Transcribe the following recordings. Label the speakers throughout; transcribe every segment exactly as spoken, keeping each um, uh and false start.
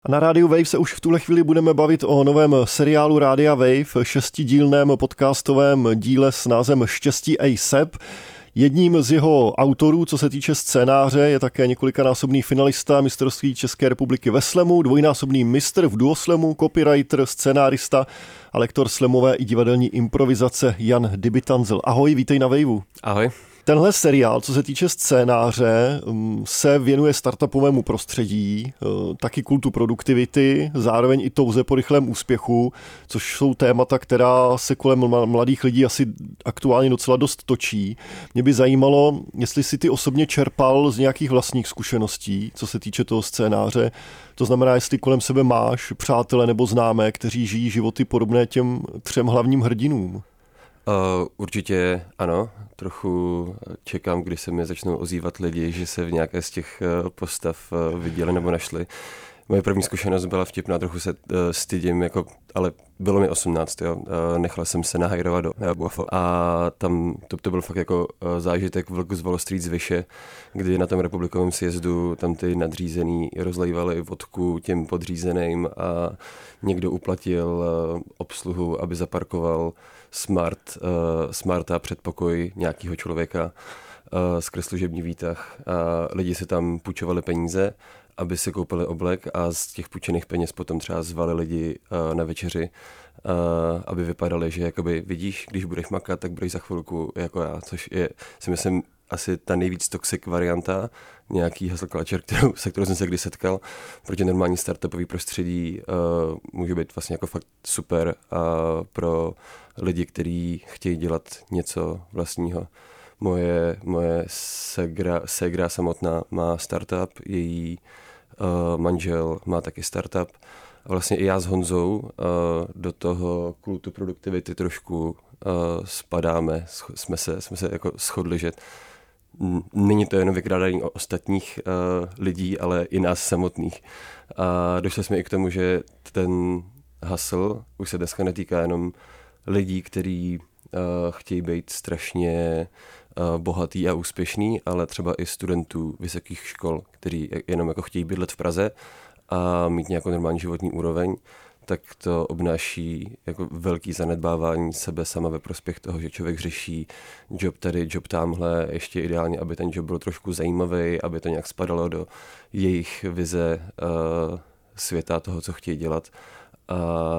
Speaker 1: A na rádiu Wave se už v tuhle chvíli budeme bavit o novém seriálu Rádia Wave, šestidílném podcastovém díle s názvem Štěstí A S A P. Jedním z jeho autorů, co se týče scénáře, je také několikanásobný finalista mistrovství České republiky ve slemu, dvojnásobný mistr v duoslemu, copywriter, scénárista a lektor slamové i divadelní improvizace Jan Dyby-Tanzl. Ahoj, vítej na Waveu.
Speaker 2: Ahoj.
Speaker 1: Tenhle seriál, co se týče scénáře, se věnuje startupovému prostředí, taky kultu produktivity, zároveň i touze po rychlém úspěchu, což jsou témata, která se kolem mladých lidí asi aktuálně docela dost točí. Mě by zajímalo, jestli si ty osobně čerpal z nějakých vlastních zkušeností, co se týče toho scénáře. To znamená, jestli kolem sebe máš přátele nebo známé, kteří žijí životy podobné těm třem hlavním hrdinům.
Speaker 2: Uh, určitě ano, trochu čekám, kdy se mi začnou ozývat lidi, že se v nějaké z těch uh, postav uh, viděli nebo našli. Moje první zkušenost byla vtipná, trochu se uh, stydím, jako, ale bylo mi osmnáct, jo. Uh, nechal jsem se nahajrovat do uh, a tam to, to byl fakt jako uh, zážitek Vlk z Wall Street z Vyše, kdy na tom republikovém sjezdu tam ty nadřízený rozlejvali vodku těm podřízeným a někdo uplatil uh, obsluhu, aby zaparkoval smart, uh, smarta předpokoj nějakého člověka uh, skrz služební výtah. A lidi si tam půjčovali peníze, aby si koupili oblek a z těch půjčených peněz potom třeba zvali lidi uh, na večeři, uh, aby vypadali, že jakoby vidíš, když budeš makat, tak budeš za chvilku jako já, což je, si myslím, asi ta nejvíc toxic varianta, nějaký hustle culture, kterou, se kterou jsem se kdy setkal, protože normální startupový prostředí uh, může být vlastně jako fakt super uh, pro lidi, kteří chtějí dělat něco vlastního. Moje, moje segra, segra samotná má startup, její uh, manžel má taky startup. A vlastně i já s Honzou uh, do toho kultu produktivity trošku uh, spadáme. Jsme se, jsme se jako shodli, že není to jenom vykrádání ostatních uh, lidí, ale i nás samotných. A došli jsme i k tomu, že ten hustle už se dneska netýká jenom lidí, kteří uh, chtějí být strašně uh, bohatý a úspěšný, ale třeba i studentů vysokých škol, kteří jenom jako chtějí bydlet v Praze a mít nějakou normální životní úroveň, tak to obnáší jako velký zanedbávání sebe sama ve prospěch toho, že člověk řeší job tady, job tamhle, ještě ideálně, aby ten job byl trošku zajímavý, aby to nějak spadalo do jejich vize uh, světa, toho, co chtějí dělat. A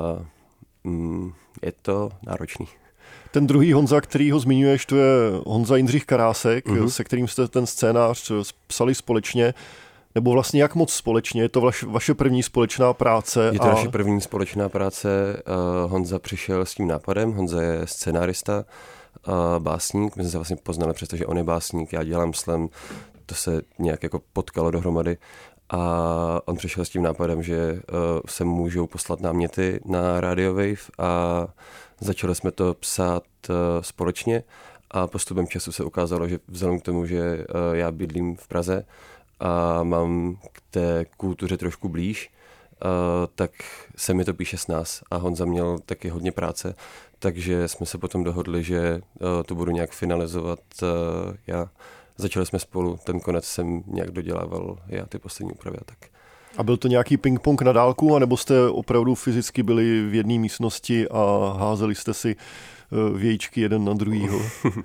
Speaker 2: mm, je to náročný.
Speaker 1: Ten druhý Honza, který ho zmiňuješ, to je Honza Jindřich Karásek, uh-huh. se kterým jste ten scénář psali společně. Nebo vlastně jak moc společně? Je to vaš, vaše první společná práce?
Speaker 2: Je to a... naše první společná práce. Uh, Honza přišel s tím nápadem. Honza je scenárista a básník. My jsme se vlastně poznali, přestože on je básník, já dělám slam. To se nějak jako potkalo dohromady. A on přišel s tím nápadem, že uh, se můžou poslat náměty na Radio Wave a začali jsme to psát uh, společně a postupem času se ukázalo, že vzhledem k tomu, že uh, já bydlím v Praze a mám k té kultuře trošku blíž, uh, tak se mi to píše s nás. A Honza měl taky hodně práce, takže jsme se potom dohodli, že uh, to budu nějak finalizovat uh, já. Začali jsme spolu, ten konec jsem nějak dodělával já, ty poslední úpravy a tak.
Speaker 1: A byl to nějaký ping-pong na dálku, anebo jste opravdu fyzicky byli v jedné místnosti a házeli jste si uh, vějíčky jeden na druhýho?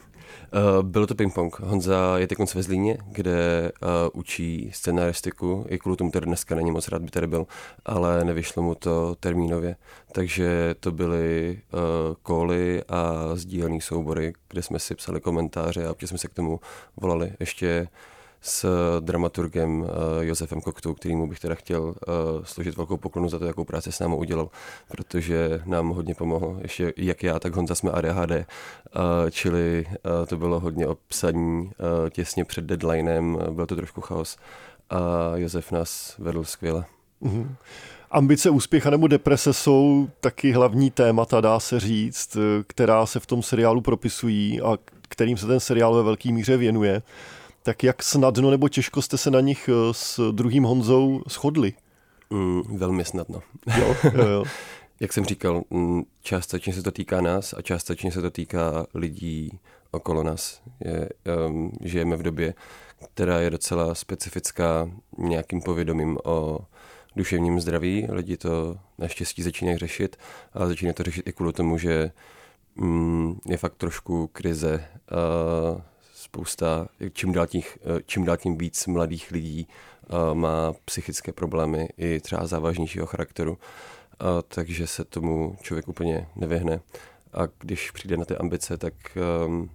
Speaker 2: Uh, bylo to ping-pong. Honza je teď ve Zlíně, kde uh, učí scenaristiku. I kvůli tomu tady dneska není moc rád, by tady byl, ale nevyšlo mu to termínově. Takže to byly uh, koly a sdílený soubory, kde jsme si psali komentáře a občas jsme se k tomu volali. Ještě s dramaturgem uh, Josefem Koktou, kterýmu bych teda chtěl uh, složit velkou poklonu za to, jakou práci s námi udělal, protože nám hodně pomohl. Ještě jak já, tak Honza jsme A D H D, uh, čili uh, to bylo hodně obsaní uh, těsně před deadlinem, byl to trošku chaos a Josef nás vedl skvěle.
Speaker 1: Mm-hmm. Ambice, úspěch nebo deprese jsou taky hlavní témata, dá se říct, která se v tom seriálu propisují a kterým se ten seriál ve velké míře věnuje. Tak jak snadno nebo těžko jste se na nich s druhým Honzou shodli?
Speaker 2: Mm, velmi snadno.
Speaker 1: Jo, jo, jo.
Speaker 2: Jak jsem říkal, částečně se to týká nás a částečně se to týká lidí okolo nás. Je, um, žijeme v době, která je docela specifická nějakým povědomím o duševním zdraví. Lidi to naštěstí začínají řešit, ale začínají to řešit i kvůli tomu, že mm, je fakt trošku krize. Uh, spousta, čím dál, tím, čím dál tím víc mladých lidí uh, má psychické problémy i třeba závažnějšího charakteru, uh, takže se tomu člověk úplně nevyhne. A když přijde na ty ambice, tak um,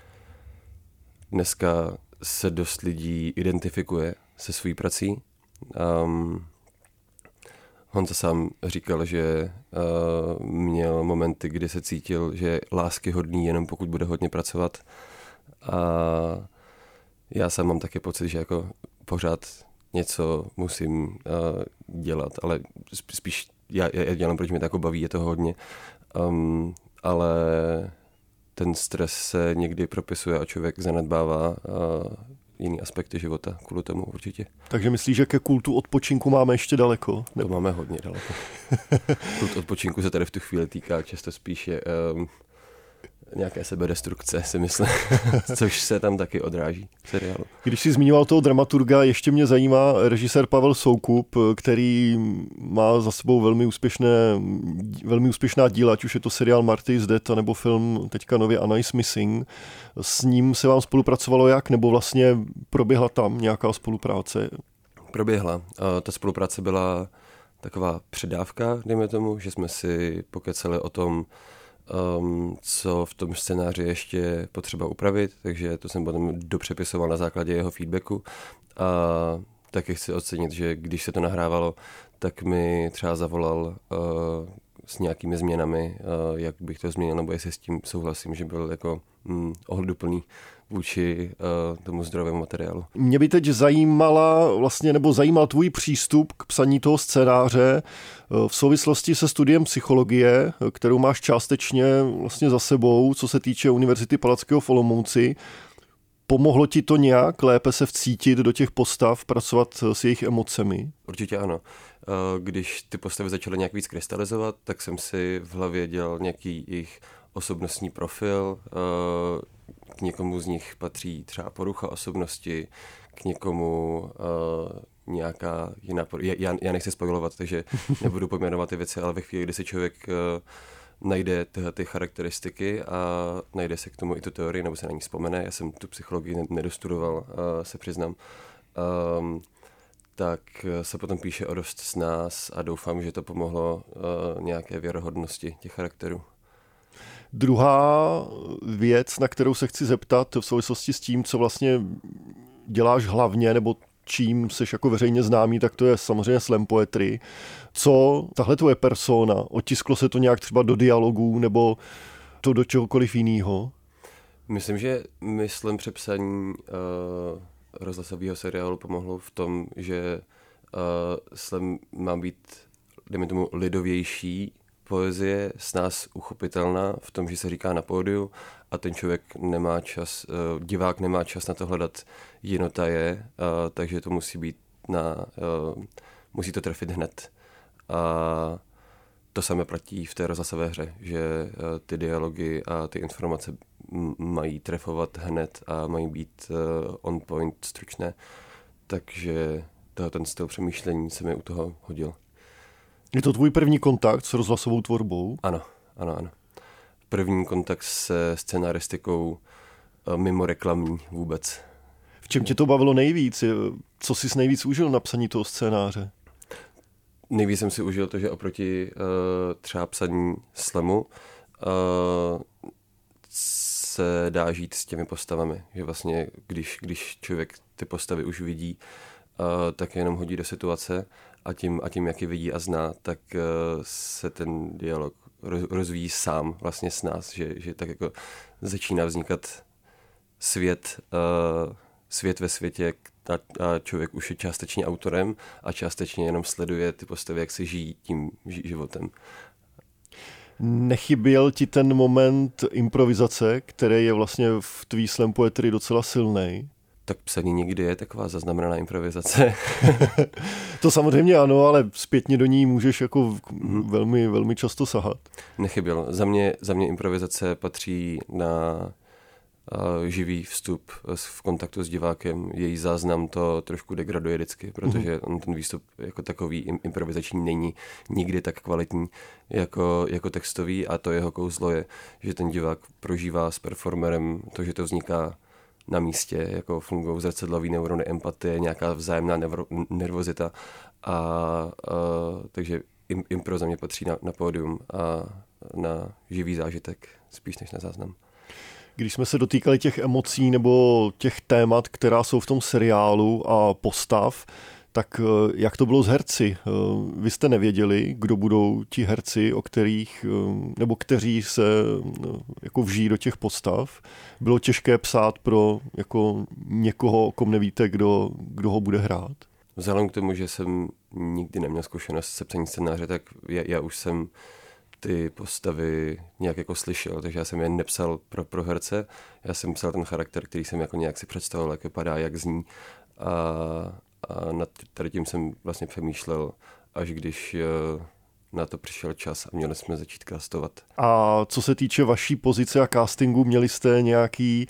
Speaker 2: dneska se dost lidí identifikuje se svojí prací. Um, Honza sám říkal, že uh, měl momenty, kdy se cítil, že je láskyhodný jenom pokud bude hodně pracovat. A já sám mám taky pocit, že jako pořád něco musím uh, dělat, ale spíš já, já dělám, protože mě to jako baví, je to hodně. Um, ale ten stres se někdy propisuje a člověk zanedbává uh, jiný aspekty života kvůli tomu určitě.
Speaker 1: Takže myslíš, že ke kultu odpočinku máme ještě daleko?
Speaker 2: To máme hodně daleko. Kult odpočinku se tady v tu chvíli týká často spíše um, nějaké sebedestrukce, si myslím, což se tam taky odráží v seriálu.
Speaker 1: Když jsi zmiňoval toho dramaturga, ještě mě zajímá režisér Pavel Soukup, který má za sebou velmi úspěšné, velmi úspěšná díla, ať už je to seriál Marty is Dead, nebo film teďka nově Anna is Missing. S ním se vám spolupracovalo jak, nebo vlastně proběhla tam nějaká spolupráce?
Speaker 2: Proběhla. Ta spolupráce byla taková předávka, dejme tomu, že jsme si pokecali o tom, Um, co v tom scénáři ještě potřeba upravit, takže to jsem potom dopřepisoval na základě jeho feedbacku a taky chci ocenit, že když se to nahrávalo, tak mi třeba zavolal uh, s nějakými změnami, uh, jak bych to změnil, nebo jestli s tím souhlasím, že byl jako mm, ohleduplný vůči uh, tomu zdrojovému materiálu.
Speaker 1: Mě by teď zajímala vlastně, nebo zajímal tvůj přístup k psaní toho scénáře v souvislosti se studiem psychologie, kterou máš částečně vlastně za sebou, co se týče Univerzity Palackého v Olomouci. Pomohlo ti to nějak lépe se vcítit do těch postav, pracovat s jejich emocemi?
Speaker 2: Určitě ano. Když ty postavy začaly nějak víc krystalizovat, tak jsem si v hlavě dělal nějaký jejich osobnostní profil. K někomu z nich patří třeba porucha osobnosti, k někomu uh, nějaká jiná porucha. Já, já nechci spoilovat, takže nebudu pojmenovat ty věci, ale ve chvíli, kdy si člověk uh, najde tyhle ty charakteristiky a najde se k tomu i tu teorii, nebo se na ní vzpomene, já jsem tu psychologii nedostudoval, uh, se přiznám, um, tak se potom píše o dost z nás a doufám, že to pomohlo uh, nějaké věrohodnosti těch charakterů.
Speaker 1: Druhá věc, na kterou se chci zeptat v souvislosti s tím, co vlastně děláš hlavně, nebo čím seš jako veřejně známý, tak to je samozřejmě slam poetry. Co tahle tvoje persona? Otisklo se to nějak třeba do dialogů nebo to do čehokoliv jiného?
Speaker 2: Myslím, že myslím přepsaní uh, rozhlasového seriálu pomohlo v tom, že uh, slam má být, dejme tomu, lidovější poezie, s nás uchopitelná v tom, že se říká na pódiu a ten člověk nemá čas, divák nemá čas na to hledat jinotaje, takže to musí být na, musí to trefit hned. A to samé platí v té rozhlasové hře, že ty dialogy a ty informace mají trefovat hned a mají být on point, stručné, takže ten styl přemýšlení se mi u toho hodil.
Speaker 1: Je to tvůj první kontakt s rozhlasovou tvorbou?
Speaker 2: Ano, ano, ano. První kontakt se scenaristikou mimo reklamní vůbec.
Speaker 1: V čem tě to bavilo nejvíc? Co jsi nejvíc užil na psaní toho scénáře?
Speaker 2: Nejvíc jsem si užil to, že oproti uh, třeba psaní slamu uh, se dá žít s těmi postavami. Že vlastně, když, když člověk ty postavy už vidí, uh, tak jenom hodí do situace a tím, a tím, jak je vidí a zná, tak uh, se ten dialog roz, rozvíjí sám vlastně s nás, že, že tak jako začíná vznikat svět, uh, svět ve světě a, a člověk už je částečně autorem a částečně jenom sleduje ty postavy, jak si žijí tím životem.
Speaker 1: Nechyběl ti ten moment improvizace, který je vlastně v tvý slam poetry docela silnej?
Speaker 2: Tak psaní někdy je taková zaznamenaná improvizace.
Speaker 1: To samozřejmě ano, ale zpětně do ní můžeš jako velmi, velmi často sahat.
Speaker 2: Nechyběl. Za mě, za mě improvizace patří na živý vstup v kontaktu s divákem. Její záznam to trošku degraduje vždycky, protože on ten výstup jako takový improvizační není nikdy tak kvalitní jako, jako textový a to jeho kouzlo je, že ten divák prožívá s performerem to, že to vzniká na místě, jako fungují zrcadlový neurony, empatie, nějaká vzájemná nevro, nervozita a, a takže impro za mě patří na, na pódium a na živý zážitek spíš než na záznam.
Speaker 1: Když jsme se dotýkali těch emocí nebo těch témat, která jsou v tom seriálu a postav, tak jak to bylo s herci? Vy jste nevěděli, kdo budou ti herci, o kterých, nebo kteří se jako vžijí do těch postav. Bylo těžké psát pro jako někoho, o kom nevíte, kdo, kdo ho bude hrát?
Speaker 2: Vzhledem k tomu, že jsem nikdy neměl zkušenost se psaním scénáře, tak já, já už jsem ty postavy nějak jako slyšel, takže já jsem je nepsal pro, pro herce, já jsem psal ten charakter, který jsem jako nějak si představoval, jak vypadá, jak zní a, a nad tady tím jsem vlastně přemýšlel, až když na to přišel čas a měli jsme začít castovat.
Speaker 1: A co se týče vaší pozice a castingu, měli jste nějaký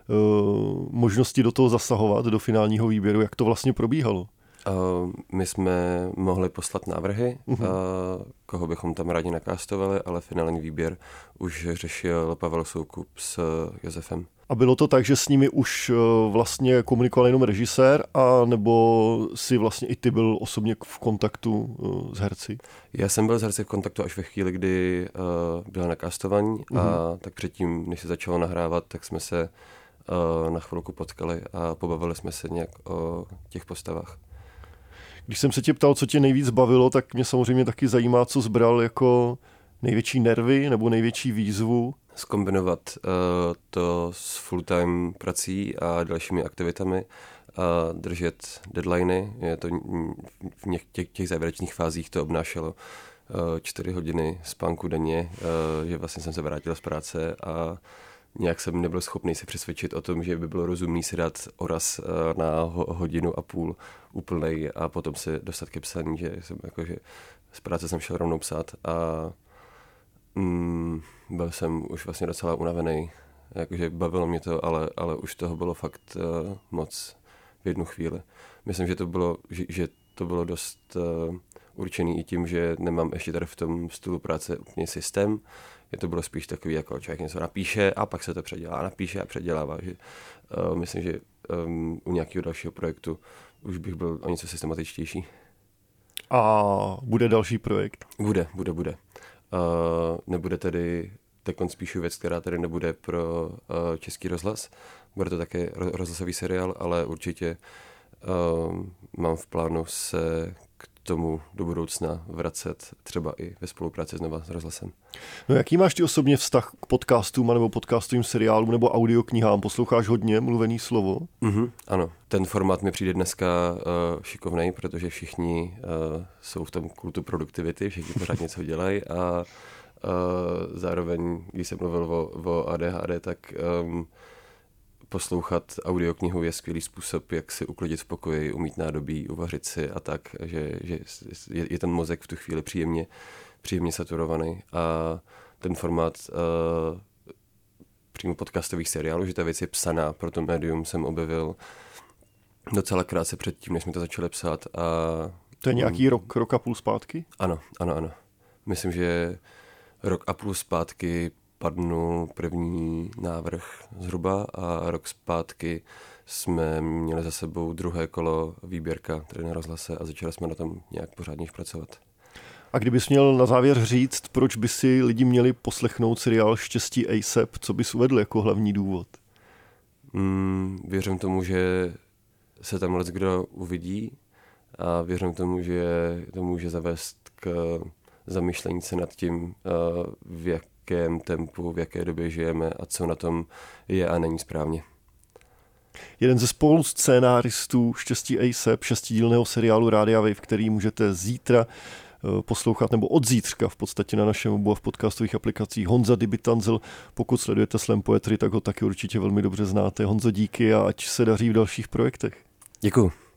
Speaker 1: uh, možnosti do toho zasahovat, do finálního výběru, jak to vlastně probíhalo?
Speaker 2: Uh, my jsme mohli poslat návrhy, uh, koho bychom tam rádi nakástovali, ale finální výběr už řešil Pavel Soukup s Josefem.
Speaker 1: A bylo to tak, že s nimi už uh, vlastně komunikoval jenom režisér, a nebo si vlastně i ty byl osobně v kontaktu uh, s herci?
Speaker 2: Já jsem byl s herci v kontaktu až ve chvíli, kdy uh, byl nakástování uh-huh. a tak předtím, než se začalo nahrávat, tak jsme se uh, na chvilku potkali a pobavili jsme se nějak o těch postavách.
Speaker 1: Když jsem se tě ptal, co tě nejvíc bavilo, tak mě samozřejmě taky zajímá, co zbral jako největší nervy nebo největší výzvu.
Speaker 2: Zkombinovat uh, to s full-time prací a dalšími aktivitami a držet deadliny. Je to v něk- těch, těch závěrečných fázích to obnášelo uh, čtyři hodiny spánku denně, uh, že vlastně jsem se vrátil z práce a nějak jsem nebyl schopný se přesvědčit o tom, že by bylo rozumný si dát oraz na hodinu a půl úplnej a potom se dostat ke psaní, že jsem jakože z práce jsem šel rovnou psát a mm, byl jsem už vlastně docela unavený, jakože bavilo mě to, ale, ale už toho bylo fakt uh, moc v jednu chvíli. Myslím, že to bylo, že, že to bylo dost uh, určený i tím, že nemám ještě tady v tom stylu práce úplně systém. Je to bylo spíš takový, jako člověk něco napíše a pak se to předělá, napíše a předělává. Že, uh, myslím, že um, u nějakého dalšího projektu už bych byl o něco systematičtější.
Speaker 1: A bude další projekt?
Speaker 2: Bude, bude, bude. Uh, nebude tedy takon spíšu věc, která tady nebude pro uh, Český rozhlas. Bude to také rozhlasový seriál, ale určitě uh, mám v plánu se k tomu do budoucna vracet, třeba i ve spolupráci znova s rozhlasem.
Speaker 1: No jaký máš ty osobně vztah k podcastům nebo podcastovým seriálům nebo audioknihám? Posloucháš hodně mluvený slovo?
Speaker 2: Mm-hmm, ano, ten formát mi přijde dneska uh, šikovnej, protože všichni uh, jsou v tom kultu produktivity, všichni pořád něco dělají a uh, zároveň, když jsem mluvil o, o A D H D, tak um, poslouchat audioknihu je skvělý způsob, jak si uklidit v pokoji, umít nádobí, uvařit si a tak, že, že je, je ten mozek v tu chvíli příjemně, příjemně saturovaný. A ten formát uh, přímo podcastových seriálů, že ta věc je psaná, pro to médium jsem objevil docela krátce předtím, než jsme to začali psát. A,
Speaker 1: to je nějaký um, rok, rok a půl zpátky?
Speaker 2: Ano, ano, ano. Myslím, že rok a půl zpátky padnul první návrh zhruba a rok zpátky jsme měli za sebou druhé kolo výběrka tady na rozhlase a začali jsme na tom nějak pořádně pracovat.
Speaker 1: A kdybys měl na závěr říct, proč by si lidi měli poslechnout seriál Štěstí A S A P, co bys uvedl jako hlavní důvod?
Speaker 2: Mm, věřím tomu, že se tam leckdo uvidí a věřím tomu, že to může zavést k zamýšlení se nad tím, v jakém tempu, v jaké době žijeme a co na tom je a není správně.
Speaker 1: Jeden ze spolu scénáristů Štěstí A S A P, šestidílného seriálu Rádia Wave, který můžete zítra poslouchat, nebo od zítřka v podstatě na našem webu a v podcastových aplikacích. Honza Dibitanzel, pokud sledujete Slam Poetry, tak ho taky určitě velmi dobře znáte. Honzo, díky a ať se daří v dalších projektech.
Speaker 2: Děkuju.